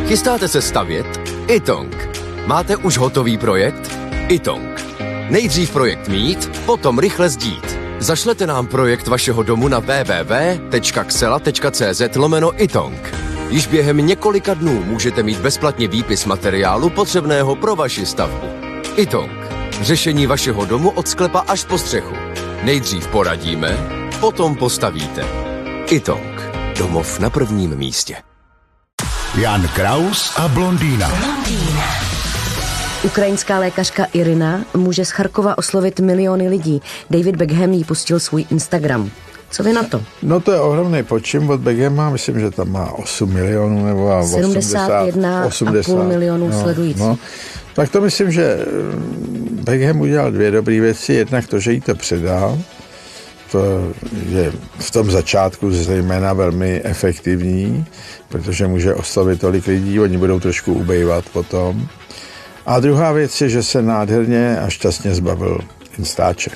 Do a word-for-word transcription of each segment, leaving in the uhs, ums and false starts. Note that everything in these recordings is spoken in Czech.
Chystáte se stavět? Itong. Máte už hotový projekt? Itong. Nejdřív projekt mít, potom rychle sdít. Zašlete nám projekt vašeho domu na w w w tečka xela tečka c z lomeno Itong. Již během několika dnů můžete mít bezplatně výpis materiálu potřebného pro vaši stavbu. Itong. Řešení vašeho domu od sklepa až po střechu. Nejdřív poradíme, potom postavíte. Itong. Domov na prvním místě. Jan Kraus a blondýna. blondýna. Ukrajinská lékařka Irina může z Charkova oslovit miliony lidí. David Beckham jí pustil svůj Instagram. Co vy na to? No to je ohromný počin od Beckhama, myslím, že tam má osm milionů nebo sedmdesát jedna a půl milionů no, sledujících. No. Tak to myslím, že Beckham udělal dvě dobré věci. Jednak to, že jí to předal, to je v tom začátku zejména velmi efektivní, protože může oslovit tolik lidí, oni budou trošku ubejvat potom. A druhá věc je, že se nádherně a šťastně zbavil Instače.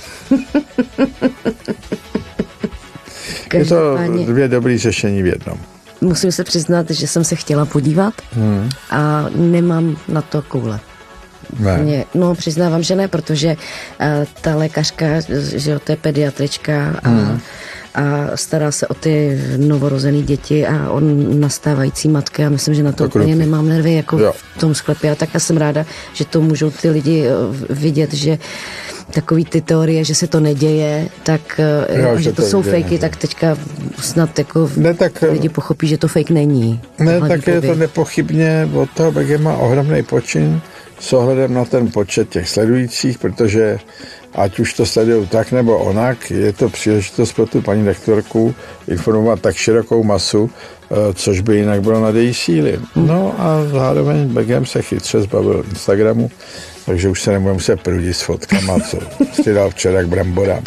Je to dvě dobré řešení v jednom. Musím se přiznat, že jsem se chtěla podívat hmm. a nemám na to koule. Ne. Mě, no, přiznávám, že ne, protože uh, ta lékařka, že to je pediatrička a, hmm. a stará se o ty novorozené děti a o nastávající matky a myslím, že na to, to úplně nemám nervy jako jo. v tom sklepě. A tak já jsem ráda, že to můžou ty lidi vidět, že takový ty teorie, že se to neděje, tak jo, že, že to, to jsou fejky, tak teďka snad jako ne, tak, lidi pochopí, že to fake není. Ne, tak je to nepochybně od toho Beckhama ohromný počin s ohledem na ten počet těch sledujících, protože ať už to sledují tak nebo onak, je to příležitost pro tu paní doktorku informovat tak širokou masu, což by jinak bylo nad její síly. No a zároveň Beckham se chytře zbavil Instagramu, takže už se nebude muset prudit s fotkama, co jsi dal včera k bramborám.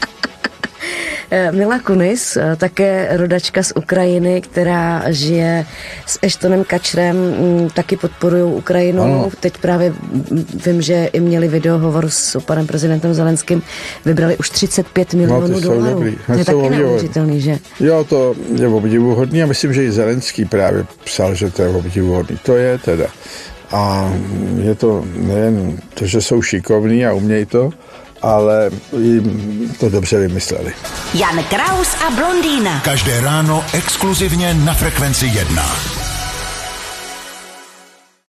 Mila Kunis, také rodačka z Ukrajiny, která žije s Ashtonem Kutcherem, taky podporují Ukrajinu. Ano. Teď právě vím, že i měli videohovor s panem prezidentem Zelenským. Vybrali už třicet pět milionů no, dolarů. To je taky neuvěřitelný, že? Jo, to je obdivuhodný a myslím, že i Zelenský právě psal, že to je obdivuhodný. To je teda. A je to nejen to, že jsou šikovní a umějí to, ale jim to dobře vymysleli. Jan Kraus a blondýna. Každé ráno exkluzivně na Frekvenci jedna.